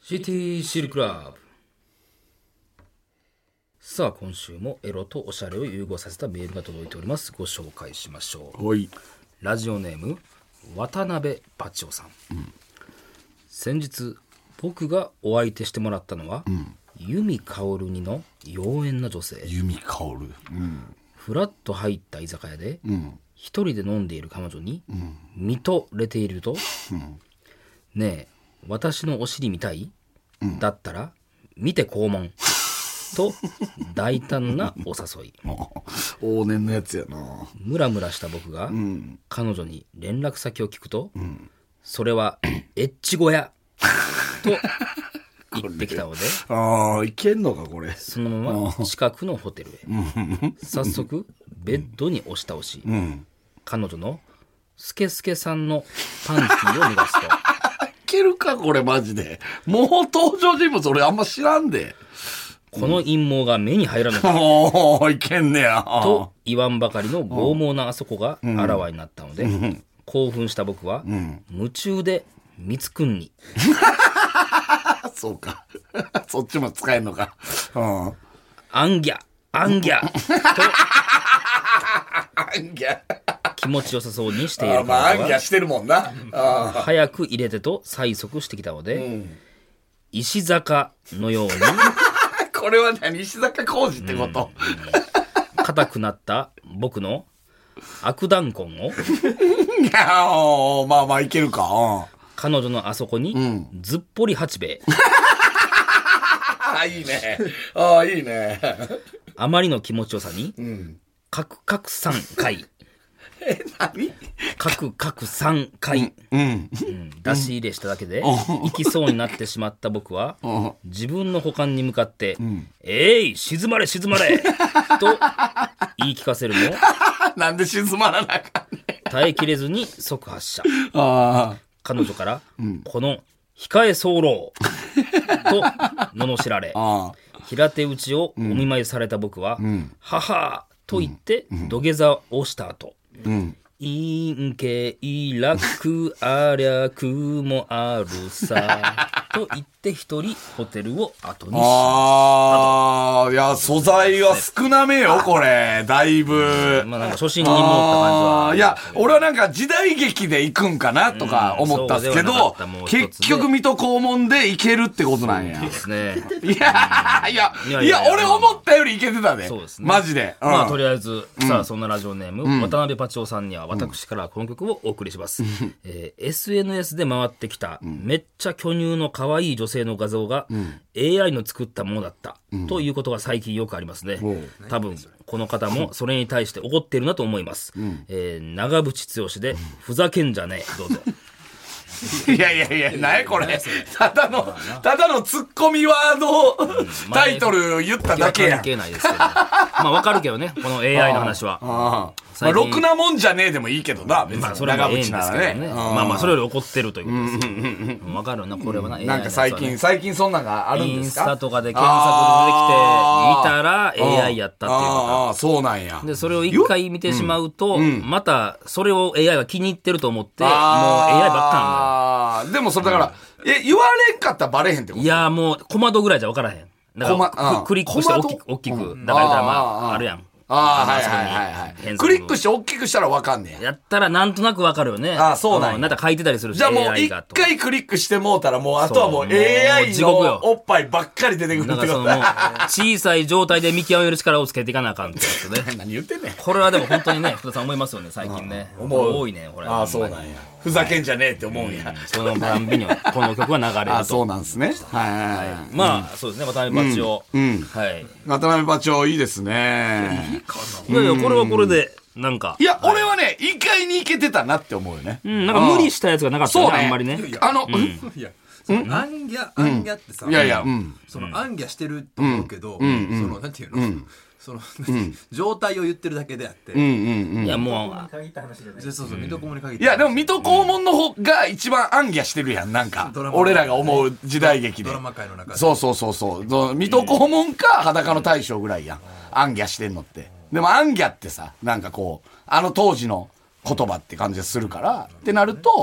シティシルクラブ。さあ今週もエロとおしゃれを融合させたメールが届いております。ご紹介しましょう。 おい。 ラジオネーム渡辺バチオさん、先日僕がお相手してもらったのは、由美かおるにの妖艶な女性。 由美かおる。 ふらっと入った居酒屋で、一人で飲んでいる彼女に、見とれていると、ねえ私のお尻見たい、だったら見て肛門と大胆なお誘い。 往年のやつやな。 ムラムラした僕が、彼女に連絡先を聞くと、それはエッチ小屋と言ってきたので、 ああ、いけんのかこれ。 そのまま近くのホテルへ。早速ベッドに押し倒し、彼女のスケスケさんのパンティーを脱がすと、 いけるかこれマジで。もう登場人物俺あんま知らんで。 この陰謀が目に入らぬかおー、いけんねや。 と言わんばかりの剛毛なあそこがあらわになったので、興奮した僕は、夢中でミツくんに、 あ、そうか。そっちも使えんのか。 アンギャアンギャとアンギャ。 気持ちよさそうにしているまあアンギ彼女ャしてるもんな。 は早く入れてと催促してきたので、石坂のようにこれは何、石坂浩二ってこと。 硬くなった僕の悪弾痕をいやー、まあまあいけるか。 彼女のあそこにずっぽり八兵衛。 あ、いいね。ああ、いいね。 あまりの気持ちよさに、カクカク3回。 何？ カクカク3回、出し入れしただけで行きそうになってしまった僕は、自分の股間に向かって「えい静まれ静まれ!」と言い聞かせるもなんで静まらなあかんねん。 耐えきれずに即発射。 あ彼女から「この控え候」と罵られ、平手打ちをお見舞いされた僕は「はは」と言って土下座をした後、陰茎楽ありゃくもあるさと言って一人ホテルを後にしまあー、いや、素材は少なめよ、これ。だいぶ。 まあなんか初心に戻った感じは。 いや、俺はなんか時代劇で行くんかなとか思ったんですけど、結局水戸黄門で行けるってことなんや。 ですね。 いや、俺思ったよりいけてたで。 そうですね。 マジで。 まあとりあえず、さあそんなラジオネーム、渡辺パチオさんには私からこの曲をお送りします。SNS で回ってきた、めっちゃ巨乳の可愛い女性の画像が、AI の作ったものだった、ということが最近よくありますね。多分この方もそれに対して怒っているなと思います。長渕剛でふざけんじゃねえ、どうぞ。 いや、なにこれ。ただのツッコミワード、タイトル言っただけやん。 関係ないですけど。まあわかるけどね、この AI の話は。 まあ、ろくなもんじゃねえでもいいけどな、別に。 まあそれがええんですけどね。まあそれより怒ってるということですよ。わかるな、これはな。 なんか最近そんなんがあるんですか？ インスタとかで検索で出てきて、見たら AI やったっていうああ、 方。 そうなんや。 で、それを一回見てしまうと、またそれを AI が気に入ってると思って、もう AI ばっかでもそれだから、言われんかったらバレへんってこと？ いや、もう小窓ぐらいじゃ分からへん。だからクリックして大きく。だから言ったらまあ、あるやん。 はい。クリックして大きくしたらわかんねや。 やったらなんとなくわかるよね。 そうなんや。 なんか書いてたりするし。 じゃあもう一回クリックしてもうたらもうあとはもう AI のおっぱいばっかり出てくるってことだ。 小さい状態で見極める力をつけていかなあかんってやつね。 何言ってんねん。 これはでも本当にね、福田さん思いますよね、最近ね。多いね、これ。 そうなんや。ふざけんじゃねえって思うんや。 そのたんびにこの曲が流れると。 そうなんですね。はい。 まあ、そうですね、渡辺パチオ。 渡辺パチオいいですね。 いいかな。いや、これはこれで、なんか。 いや、俺はね、意外にいけてたなって思うよね。 なんか無理したやつがなかったね、あんまりね。 アンギャってさ、そのアンギャしてると思うけど、そのなんていうの、その状態を言ってるだけであって、 いやもうそう水戸黄門に限って、 いやでも水戸黄門の方が一番アンギャしてるやん、なんか俺らが思う時代劇で。 ドラマ界の中で。 そう水戸黄門か裸の大将ぐらいやん、アンギャしてんのって。でもアンギャってさ、なんかこうあの当時の言葉って感じがするからってなると、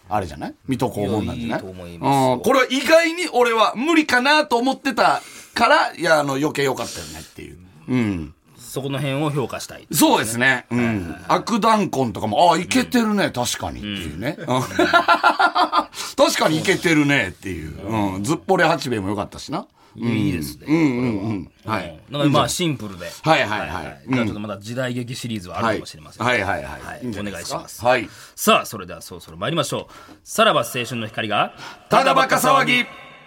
あれじゃない水戸黄門なんじゃない？ いいと思いますよこれは意外に俺は無理かなと思ってたから、いや、余計良かったよねっていう。うん。 そこの辺を評価したい。 そうですね。うん。悪弾痕とかも、いけてるね、確かにっていうね。確かにいけてるねっていう。ずっぽれ八兵衛も良かったしな。 いいですね。 はい。 だからまあシンプルで。 はいはいはい。 じゃあちょっとまだ時代劇シリーズはあるかもしれません。 はいはいはい。 お願いします。 はい。 さあ、それではそろそろ参りましょう。さらば青春の光が、 ただバカ騒ぎ。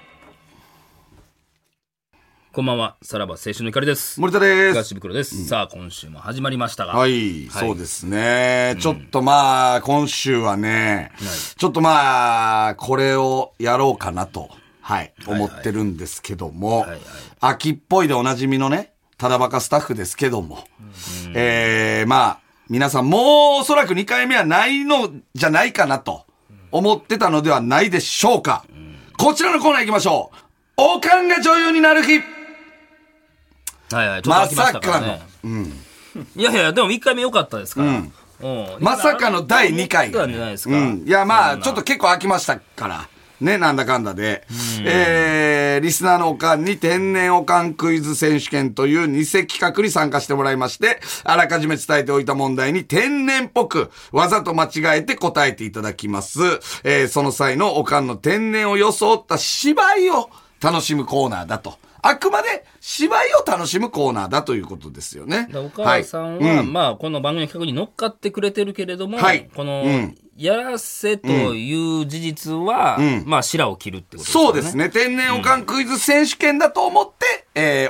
こんばんは、さらば青春の光です。 森田です。 東袋です。さあ、今週も始まりましたが。 はい、そうですね。ちょっとまあ、今週はね、ちょっとまあ、これをやろうかなと、思ってるんですけども、秋っぽいでおなじみのね、ただバカスタッフですけども、まあ、皆さんもうおそらく2回目はないのじゃないかなと思ってたのではないでしょうか。こちらのコーナー行きましょう。おかんが女優になる日。 はいはい、ちょっと飽きましたからね。いやいや、でも1回目良かったですから。 まさかの第2回が、いやまあ、ちょっと結構飽きましたから。ね、なんだかんだで。リスナーのおかんに天然おかんクイズ選手権という偽企画に参加してもらいまして、あらかじめ伝えておいた問題に天然っぽくわざと間違えて答えていただきます。その際のおかんの天然を装った芝居を楽しむコーナーだと。あくまで芝居を楽しむコーナーだということですよね。 お母さんは、まあ、この番組の企画に乗っかってくれてるけれども、この、やらせという事実は、まあ、白を切るってことですね。 そうですね。天然おかんクイズ選手権だと思って、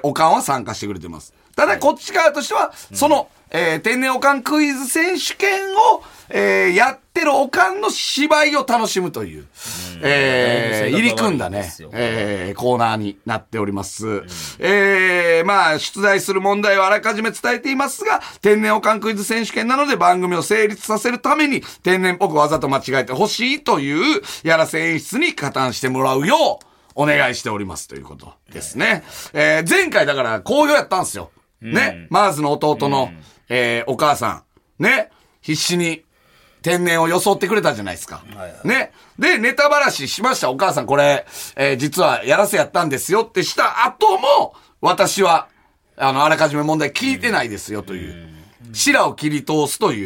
おかんは参加してくれてます。ただ、こっち側としては、その、天然おかんクイズ選手権を、やってるおかんの芝居を楽しむという、入り組んだね、コーナーになっております。まあ、出題する問題をあらかじめ伝えていますが、天然おかんクイズ選手権なので番組を成立させるために、天然っぽくわざと間違えてほしいという、やらせ演出に加担してもらうよう、お願いしておりますということですね。前回だから好評やったんですよ。ね。マーズの弟の、お母さん。ね。必死に天然を装ってくれたじゃないですか。ね。で、ネタばらししました。お母さんこれ、実はやらせやったんですよってした後も、私は、あらかじめ問題聞いてないですよという、白を切り通すという、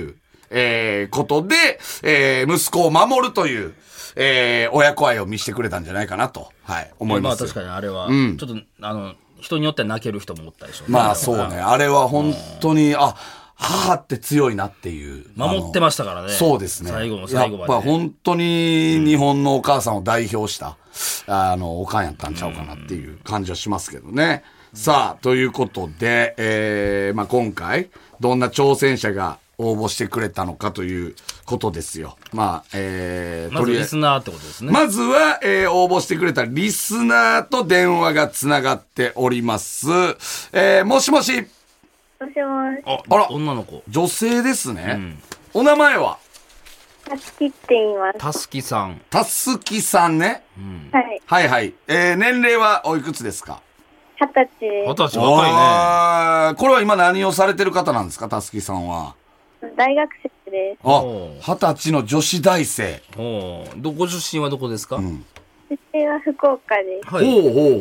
ことで、息子を守るという、親子愛を見せてくれたんじゃないかなと、思います。 まあ確かにあれは、ちょっと、人によっては泣ける人もおったでしょうね。 まあそうね。あれは本当に、母って強いなっていう。 守ってましたからね。 そうですね。 最後の最後まで。 やっぱ本当に日本のお母さんを代表した、おかんやったんちゃうかなっていう感じはしますけどね。さあ、ということで、まあ今回、どんな挑戦者が応募してくれたのかということですよ。まあ、 まずリスナーってことですね。 まずは、応募してくれたリスナーと電話がつながっております。もしもし。 もしもし。 あら、 女の子。 女性ですね。お名前はたすきって言います。 たすきさん。 たすきさんね。 はい。 はいはい。年齢はおいくつですか 20歳です。 20歳若いね。 これは今何をされてる方なんですかたすきさんは。 大学生です。 20歳の女子大生。 ご出身はどこですか？ 出身は福岡です。 はい。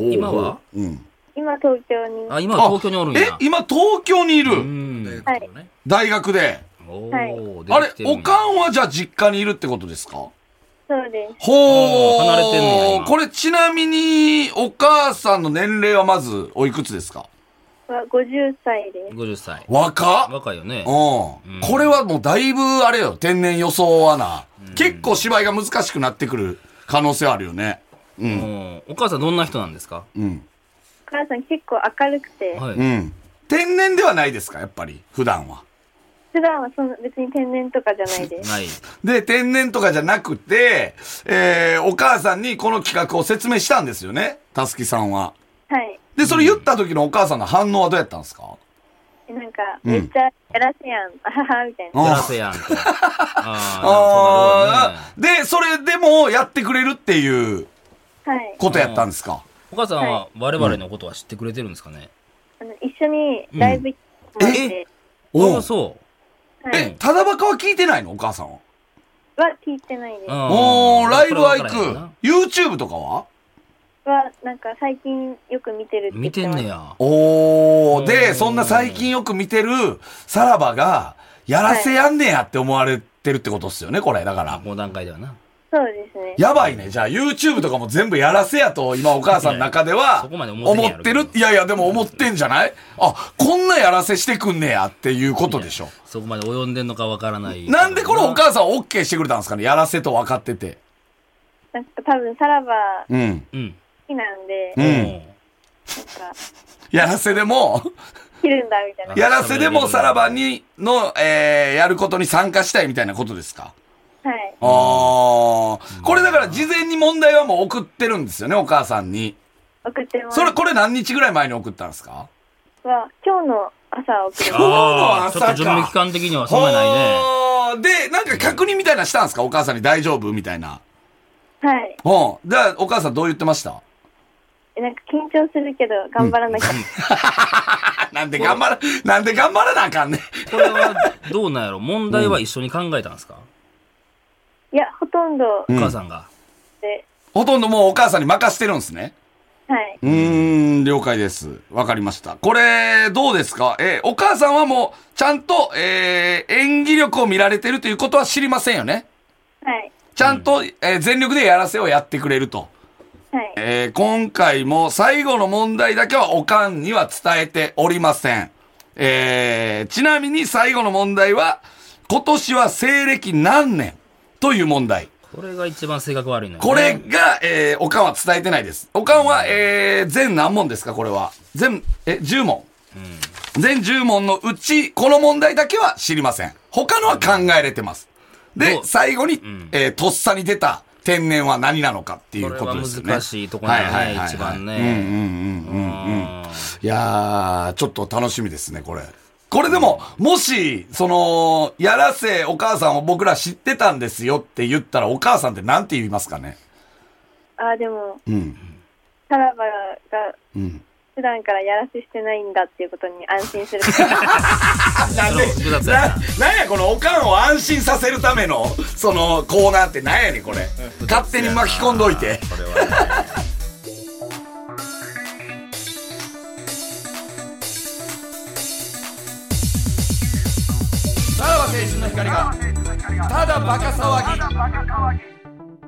今は？ 今東京に。 今は東京におるんや。 今東京にいる？ はい。 大学で。 はい。 あれ、おかんはじゃあ実家にいるってことですか？ そうです。 離れてんねや。 これちなみに、お母さんの年齢はまずおいくつですか ？50歳です。 50歳。 若いよね。 これはもうだいぶあれよ、天然予想はな。結構芝居が難しくなってくる可能性あるよね。 お母さんどんな人なんですか？ お母さん結構明るくて。 天然ではないですかやっぱり、普段は。 普段は別に天然とかじゃないです。 ない。 で、天然とかじゃなくて、お母さんにこの企画を説明したんですよね。たすきさんは。 はい。 で、それ言った時のお母さんの反応はどうやったんですか？ なんか、めっちゃやらせやん、あはは、みたいな。 やらせやんと。 で、それでもやってくれるっていうことやったんですか？ お母さんは我々のことは知ってくれてるんですかね？ 一緒にライブ行ってもらって。 そう。 ただバカは聞いてないのお母さんは。 は聞いてないです。 おー、ライブは行それは分からく。YouTube とかはなんか最近よく見てるって言見ってます。 てんねや。 おー、で、そんな最近よく見てるさらばが、やらせやんねやって思われてるってことっすよね、これ。だから。 この段階ではな。 そうですね。 やばいね。じゃあ YouTube とかも全部やらせやと、今お母さんの中では、 そこまで思ってんやろ思ってる。いやいや、でも思ってんじゃない？あ、こんなやらせしてくんねやっていうことでしょ。 そこまで及んでんのかわからない。 なんでこのお母さん OK してくれたんですかね？やらせと分かってて。 なんか多分さらばうん。 うん。 好きなんで、 うん。 なんか、 やらせでも、 切るんだみたいな。 やらせでもさらばの、やることに参加したいみたいなことですか？ はい。 ああ。これだから事前に問題はもう送ってるんですよね、お母さんに。 送ってます。 これ何日ぐらい前に送ったんですか？ は、今日の朝送りまああ、ちょ朝かっと準備期間的にはそんなないね。 はーで、なんか確認みたいなしたんですか？お母さんに大丈夫みたいな。 す。はい。 うん。じゃあ、お母さんどう言ってました？ なんか緊張するけど頑張らなきゃ。 なんで頑張らなあかんねん。 これはどうなんやろ？問題は一緒に考えたんですか？ いや、ほとんどお母さんが。 で、 ほとんどもうお母さんに任してるんですね。 はい。 了解です。わかりました。これ、どうですか？お母さんはもう、ちゃんと、演技力を見られてるということは知りませんよね。 はい。 ちゃんと、全力でやらせをやってくれると。 はい。 今回も最後の問題だけはおかんには伝えておりません。ちなみに最後の問題は、今年は西暦何年という問題。 これが一番性格悪いのよね。 これが、おかんは伝えてないです。おかんは、全何問ですかこれは。10問。全10問のうち、この問題だけは知りません。他のは考えれてます。で、最後に、とっさに出た天然は何なのかっていうことですよね。 これは難しいところだね、一番ね。 いやー、ちょっと楽しみですね、これ。これでも、もし、やらせお母さんを僕ら知ってたんですよって言ったら、お母さんってなんて言いますかね？ でも、さらばが、普段からやらせしてないんだっていうことに安心する。 なんやこのおかんを安心させるための、そのコーナーってなんやねんこれ。勝手に巻き込んどいて。 これはね。 さらば青春の光が、ただバカ騒ぎ。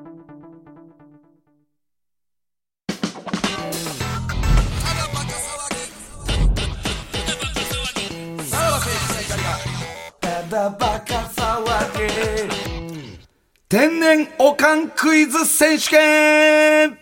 天然おかんクイズ選手権。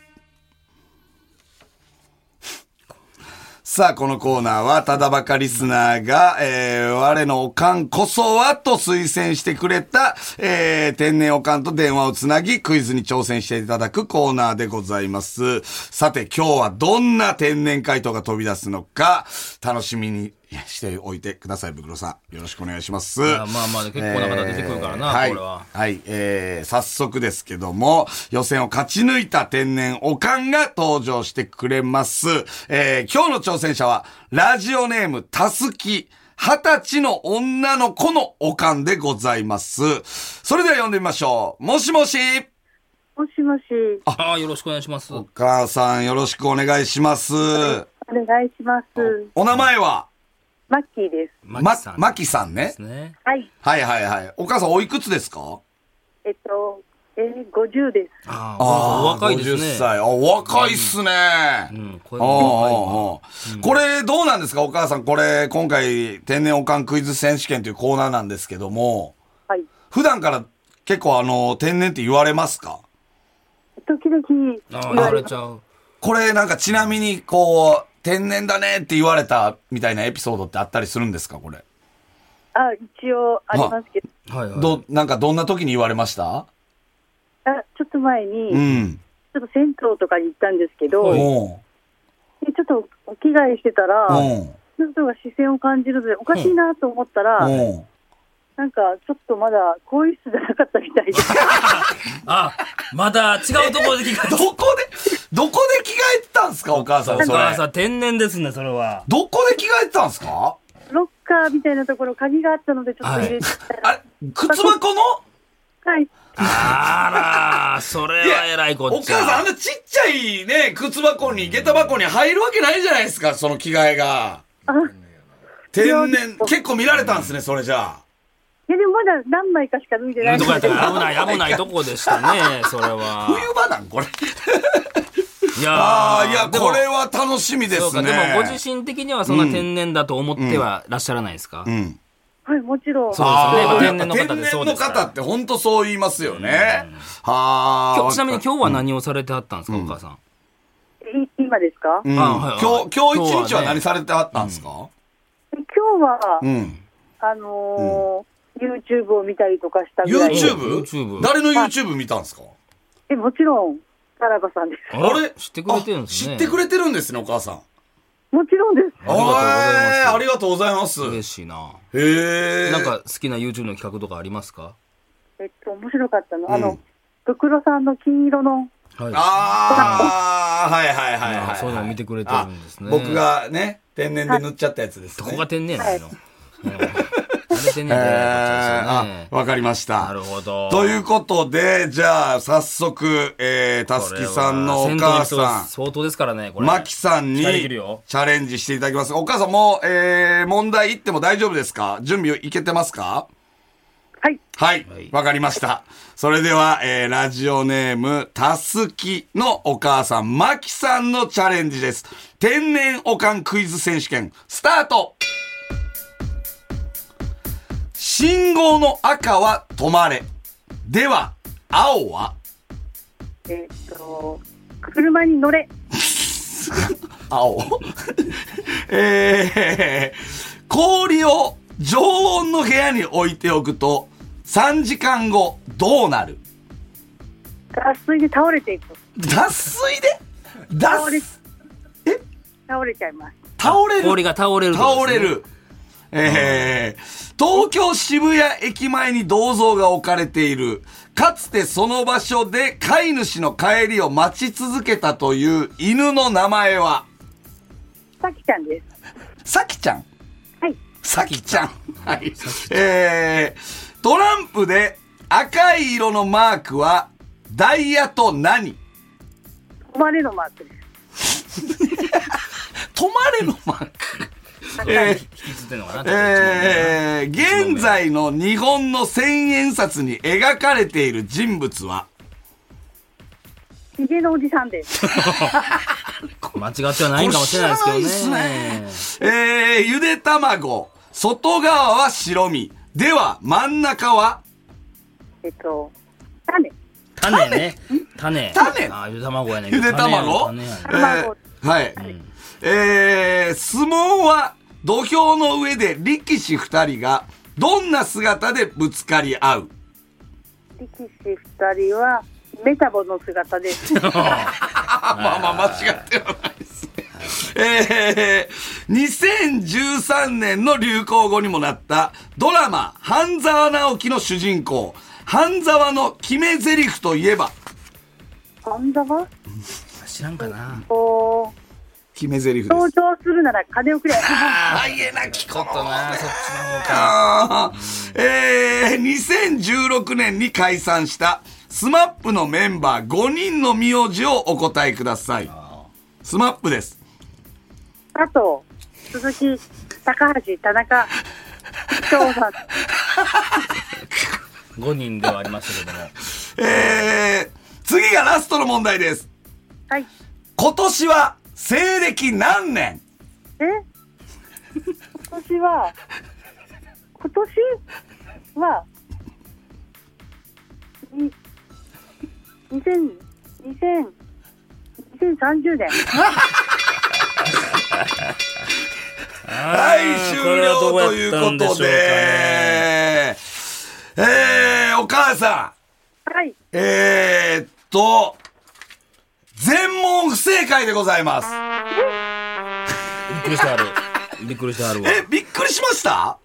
さあ、このコーナーは、ただばかリスナーが、我のおかんこそはと推薦してくれた、天然おかんと電話をつなぎ、クイズに挑戦していただくコーナーでございます。さて、今日はどんな天然回答が飛び出すのか、楽しみにしておいてください、ブクロさん。よろしくお願いします。 まあまあ、結構な方出てくるからな、これは。 はい、早速ですけども、予選を勝ち抜いた天然おかんが登場してくれます。今日の挑戦者は、ラジオネームたすき、20歳の女の子のおかんでございます。それでは呼んでみましょう。もしもし。 もしもし。 よろしくお願いします。 お母さんよろしくお願いします。お願いします。 お名前はマッキーです。 マキさんね。 はい。 はい。お母さんおいくつですか ？50です。 お若いですね。 50歳。若いっすね。これどうなんですかお母さん。これ今回天然おかんクイズ選手権というコーナーなんですけども。 はい。 普段から結構天然って言われますか？ 時々 言われちゃう。 これなんかちなみにこう、天然だねって言われたみたいなエピソードってあったりするんですかこれ？ 一応ありますけど。 なんかどんな時に言われました？ ちょっと前に、ちょっと銭湯とかに行ったんですけど、でちょっとお着替えしてたら、その人が視線を感じるので、おかしいなと思ったら、なんかちょっとまだ更衣室じゃなかったみたいで。 まだ違うところで着替えどこで着替えてたんですかお母さん。 お母さん天然ですね、それは。 どこで着替えてたんですか？ ロッカーみたいなところ鍵があったのでちょっと入れて。 靴箱の？ はい。 あら、それは偉いこっちゃ。 お母さんあんなちっちゃいね、靴箱に、下駄箱に入るわけないじゃないですか、その着替えが。天然、結構見られたんですね、それじゃあ。 いや、でもまだ何枚かしか脱いでないんどですけど。 こやったか危ないとこでしたね、それは。 冬場なんこれ。 いやああ、いや、これは楽しみですね。 でもご自身的にはそんな天然だと思ってはいらっしゃらないですか？ うん。 はい、もちろん。 そうですよね。 天然の方でそうですから。 の方って本当そう言いますよね。はあ。 ちなみに今日は何をされてはったんですか、お母さん。 今ですか？ 今日一日は何されてはったんですか？ 今日は、YouTube を見たりとかしたぐらい。 YouTube？ 誰の YouTube 見たんですか？ もちろん、タラバさんです。 あれ知ってくれてるんですね。 知ってくれてるんですね、お母さん。 もちろんです。 ありがとうございます。 嬉しいな。 へえ。 なんか好きな YouTube の企画とかありますか？ 面白かったの。袋さんの金色の。 はい。 はい。 そういうのを見てくれてるんですね。 僕がね、天然で塗っちゃったやつですね。 どこが天然なの？ わかりました。 なるほど。 ということで、じゃあ、早速、たすきさんのお母さん。 相当ですからね、これ。 マキさんに、チャレンジしていただきます。お母さんもう、問題言っても大丈夫ですか？準備いけてますか？ はい。 はい。わかりました。それでは、ラジオネーム、たすきのお母さん、マキさんのチャレンジです。天然おかんクイズ選手権、スタート！信号の赤は止まれ。では、青は車に乗れ。 青氷を常温の部屋に置いておくと、3時間後、どうなる？ 脱水で倒れていく。 脱水で倒れちゃいます。 倒れる。 氷が倒れる。 倒れる。東京渋谷駅前に銅像が置かれている。かつてその場所で飼い主の帰りを待ち続けたという犬の名前は？ さきちゃんです。 さきちゃん？ はい。 さきちゃん。はい。トランプで赤い色のマークはダイヤと何？ 止まれのマークです。 止まれのマーク。現在の日本の千円札に描かれている人物は？ ひげのおじさんです。 間違ってはないかもしれないですけどね。 ゆで卵、外側は白身。では、真ん中は？ 種ね。種。ゆで卵やね。 ゆで卵？はい。相撲は土俵の上で力士2人がどんな姿でぶつかり合う？ 力士2人はメタボの姿です。 まあ間違ってはないですね。2013年の流行語にもなったドラマ半沢直樹の主人公半沢の決め台詞といえば？ 半沢？ 知らんかな。 決め台詞です。 登場するなら金をくれ。 言えなきことな、そっちの方か。 2016年に解散したスマップのメンバー5人の名字をお答えください。スマップです。 佐藤、鈴木、高橋、田中、翔さん。 5人ではありましたけども。 次がラストの問題です。 はい。 今年は西暦何年？ 今年は2030年。 はい、終了ということで、お母さん。はい。 全問不正解でございます。 びっくりしてある。びっくりしてあるわ。 びっくりしました？ はい。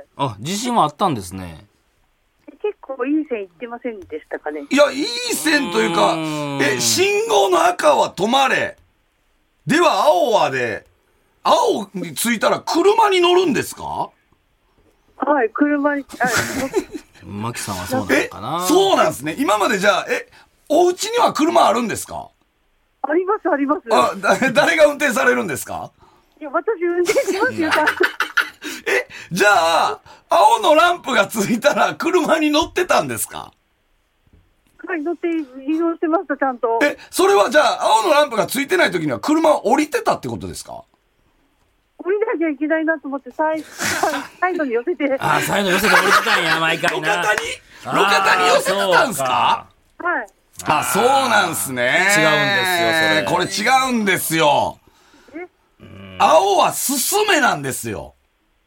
あ、自信はあったんですね。 結構いい線いってませんでしたかね？ いや、いい線というか、信号の赤は止まれ。では青はで、青についたら車に乗るんですか？ はい、車に、 マキさんはそうなのかな。 そうなんですね。今までじゃあ、お家には車あるんですか？ あります、あります。 誰が運転されるんですか？ いや、私運転しますよ、ちゃんと。 じゃあ、青のランプがついたら車に乗ってたんですか？ はい、乗って移動してました、ちゃんと。 それはじゃあ、青のランプがついてない時には車を降りてたってことですか？ 降りなきゃいけないなと思って、サイドに寄せて。 サイド寄せて降りてたんや、毎回な。 路肩に寄せてたんですか？ はい。 そうなんすね。 違うんですよ、それ。 これ違うんですよ。青は進めなんですよ。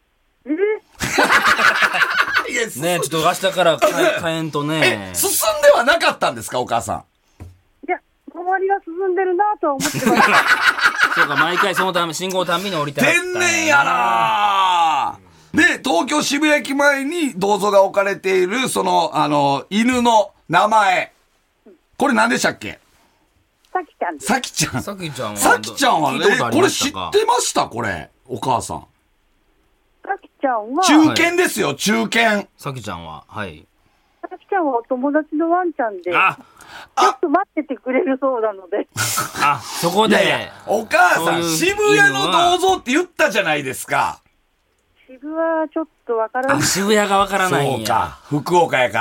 ね、ちょっと明日から変えんとね。 進んではなかったんですか、お母さん。 いや、周りが進んでるなとは思ってました。 そうか、毎回そのため、信号たんびに降りてはったんやな。 天然やなで、東京渋谷駅前に銅像が置かれている、その、犬の名前。これ何でしたっけ？ さきちゃんです。 さきちゃん。 さきちゃんは。 さきちゃんはね、これ知ってましたこれ。お母さん。 さきちゃんは。 中堅ですよ、中堅。 さきちゃんは、はい。 さきちゃんはお友達のワンちゃんで。ちょっと待っててくれるそうなので。 そこで。 いやいや、お母さん、渋谷の銅像って言ったじゃないですか。 渋谷はちょっとわからない。 渋谷がわからないんや。 そうか、福岡やから。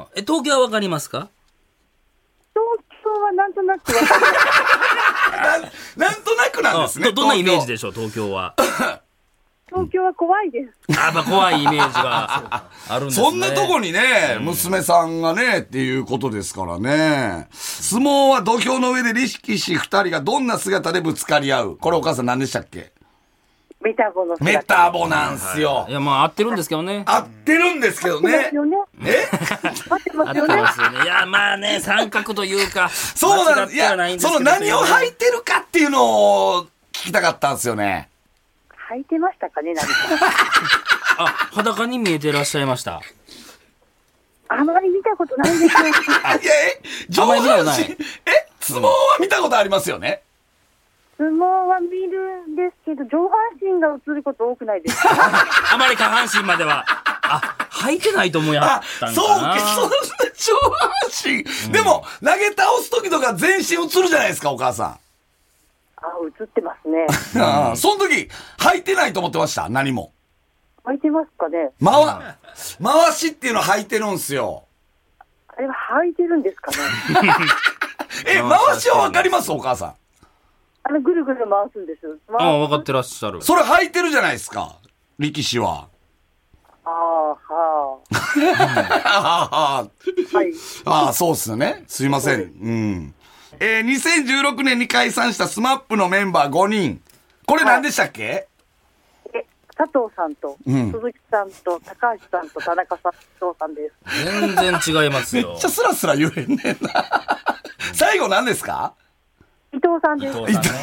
東京はわかりますか？ 東京はなんとなくわかる。 なんとなくなんですね。 どんなイメージでしょう、東京は。 東京は怖いです。 怖いイメージがあるんですね。 そんなとこにね、娘さんがね、っていうことですからね。相撲は土俵の上で力士二人がどんな姿でぶつかり合う。これお母さん何でしたっけ？ メタボの姿。 メタボなんすよ。 いや、まあ合ってるんですけどね。 合ってるんですけどね。 合ってますよね。 いや、まあね、三角というか。 そうなんです。いや、その何を履いてるかっていうのを聞きたかったんですよね。 履いてましたかね、何か。 裸に見えてらっしゃいました。 あまり見たことないんですよ。 上半身、相撲は見たことありますよね。 相撲は見るんですけど、上半身が映ること多くないですか？ あまり下半身までは。履いてないと思いやったんかな。 そうか、そんな上半身。でも、投げ倒す時とか全身映るじゃないですか、お母さん。 映ってますね。 その時、履いてないと思ってました、何も。 履いてますかね。 回しっていうの履いてるんすよ。 あれは履いてるんですかね。 回しはわかります、お母さん。 ぐるぐる回すんです。 分かってらっしゃる。 それ履いてるじゃないですか、力士は。 はい。 そうっすよね。すいません。2016年に解散したスマップのメンバー5人。これ何でしたっけ？ 佐藤さんと、鈴木さんと、高橋さんと、田中さんさんです。 全然違いますよ。 めっちゃスラスラ言えんねんな。最後何ですか？ 伊藤さんです。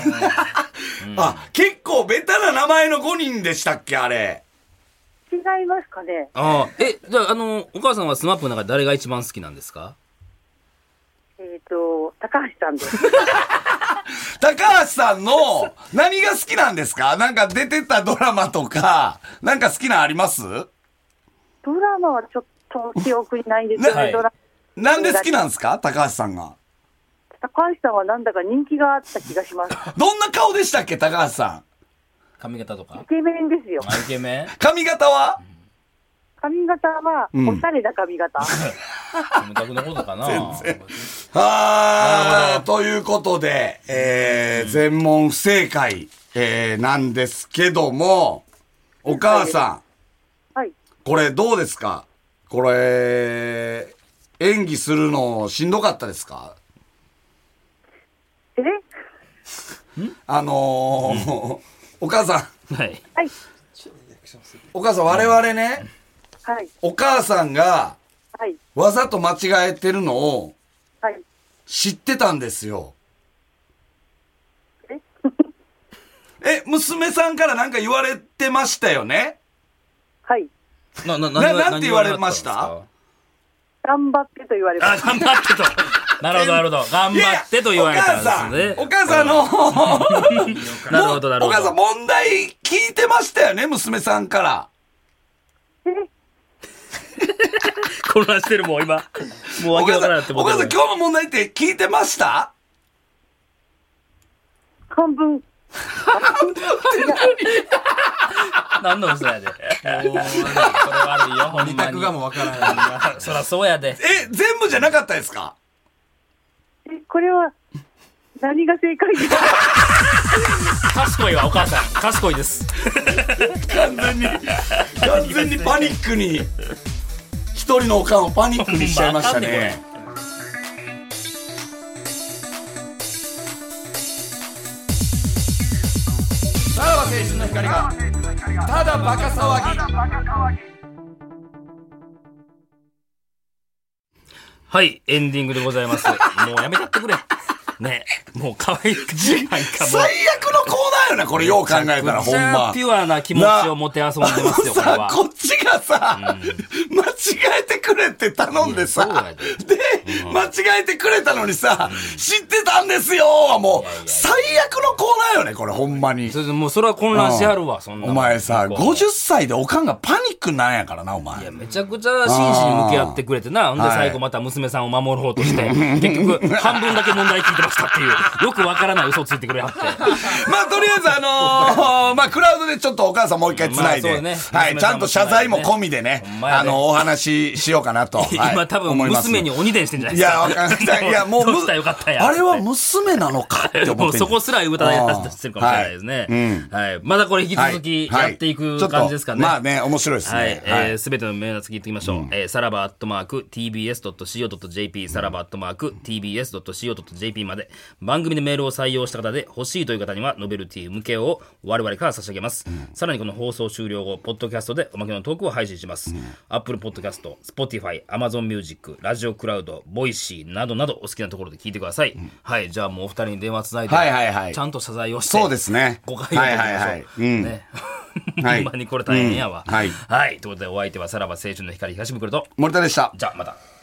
結構ベタな名前の5人でしたっけ、あれ。 違いますかね。 じゃあ、お母さんはスマップの中で誰が一番好きなんですか？ 高橋さんです。 高橋さんの何が好きなんですか？なんか出てたドラマとか、なんか好きなのあります？ ドラマはちょっと記憶にないんですよね。 なんで好きなんですか？高橋さんが。 高橋さんはなんだか人気があった気がします。 どんな顔でしたっけ、高橋さん。 髪型とかイケメンですよ。 イケメン？ 髪型は？ 髪型は、おしゃれな髪型。 無角のことかな。 全然。ということで、全問不正解、なんですけども、お母さん。はい。 これどうですか？これ、演技するのしんどかったですか？お母さん。 はい。 お母さん、我々ね、 はい。 お母さんが、 はい。 わざと間違えてるのを、 はい。 知ってたんですよ。娘さんからなんか言われてましたよね？ はい。 なんて言われました？ 頑張ってと言われました。 頑張ってと。なるほど、なるほど。頑張ってと言われたんですね。 お母さんの、 なるほど、なるほど。 お母さん問題聞いてましたよね、娘さんから。 混乱してるもん、今。もうわけわからんって思ってる。 お母さん、今日の問題って聞いてました？ 半分。 何の嘘やで。それ悪いよ、ほんまに。 二択がもうわからない。 そらそうやで。 全部じゃなかったですか？ これは、何が正解ですか？ 賢いわ、お母さん。賢いです。 完全にパニックに。一人のおかんをパニックにしちゃいましたね。さらば青春の光がただバカ騒ぎ。 はい、エンディングでございます。もうやめてってくれ。ね、もう可愛くなんかもう最悪のコーナーよな、これよう考えたら、ほんま。 ピュアな気持ちを持て遊んでますよ、これは。 こっちがさ、間違えてくれって頼んでさ、で、間違えてくれたのにさ、知ってたんですよはもう、最悪のコーナーよね、これ、ほんまに。 もうそれは混乱しはるわ、そんな。 お前さ、50歳でおかんがパニックなんやからな、お前。 いや、めちゃくちゃ真摯に向き合ってくれてな。ほんで最後また娘さんを守ろうとして、結局、半分だけ問題聞いてましたっていう、よくわからない嘘ついてくれはって。 まあ、とりあえずまあ、クラウドでちょっとお母さんもう一回繋いで、はい、ちゃんと謝罪も込みでね、お話ししようかなと。 今多分、娘に鬼伝してんじゃないですか。 いや、わかんない。いや、もう、 どうしたらよかったや。 あれは娘なのかって思って。 もうそこすら疑い出してるかもしれないですね。はい。まだこれ引き続きやっていく感じですかね。 まあね、面白いですね。 はい。すべてのメールの次行ってみましょう。さらば@tbs.co.jp さらば@tbs.co.jp まで番組でメールを採用した方で欲しいという方にはノベルティ向けを我々から差し上げます。さらにこの放送終了後、ポッドキャストでおまけのトークを配信します。Apple Podcast、Spotify、Amazon Music、ラジオクラウド、ボイシーなどなどお好きなところで聞いてください。はい。じゃあもうお二人に電話つないで、ちゃんと謝罪をして、 そうですね。 誤解を解きましょう。ね。ほんまにこれ大変やわ。はい。ということでお相手はさらば青春の光東袋と森田でした。 じゃあまた。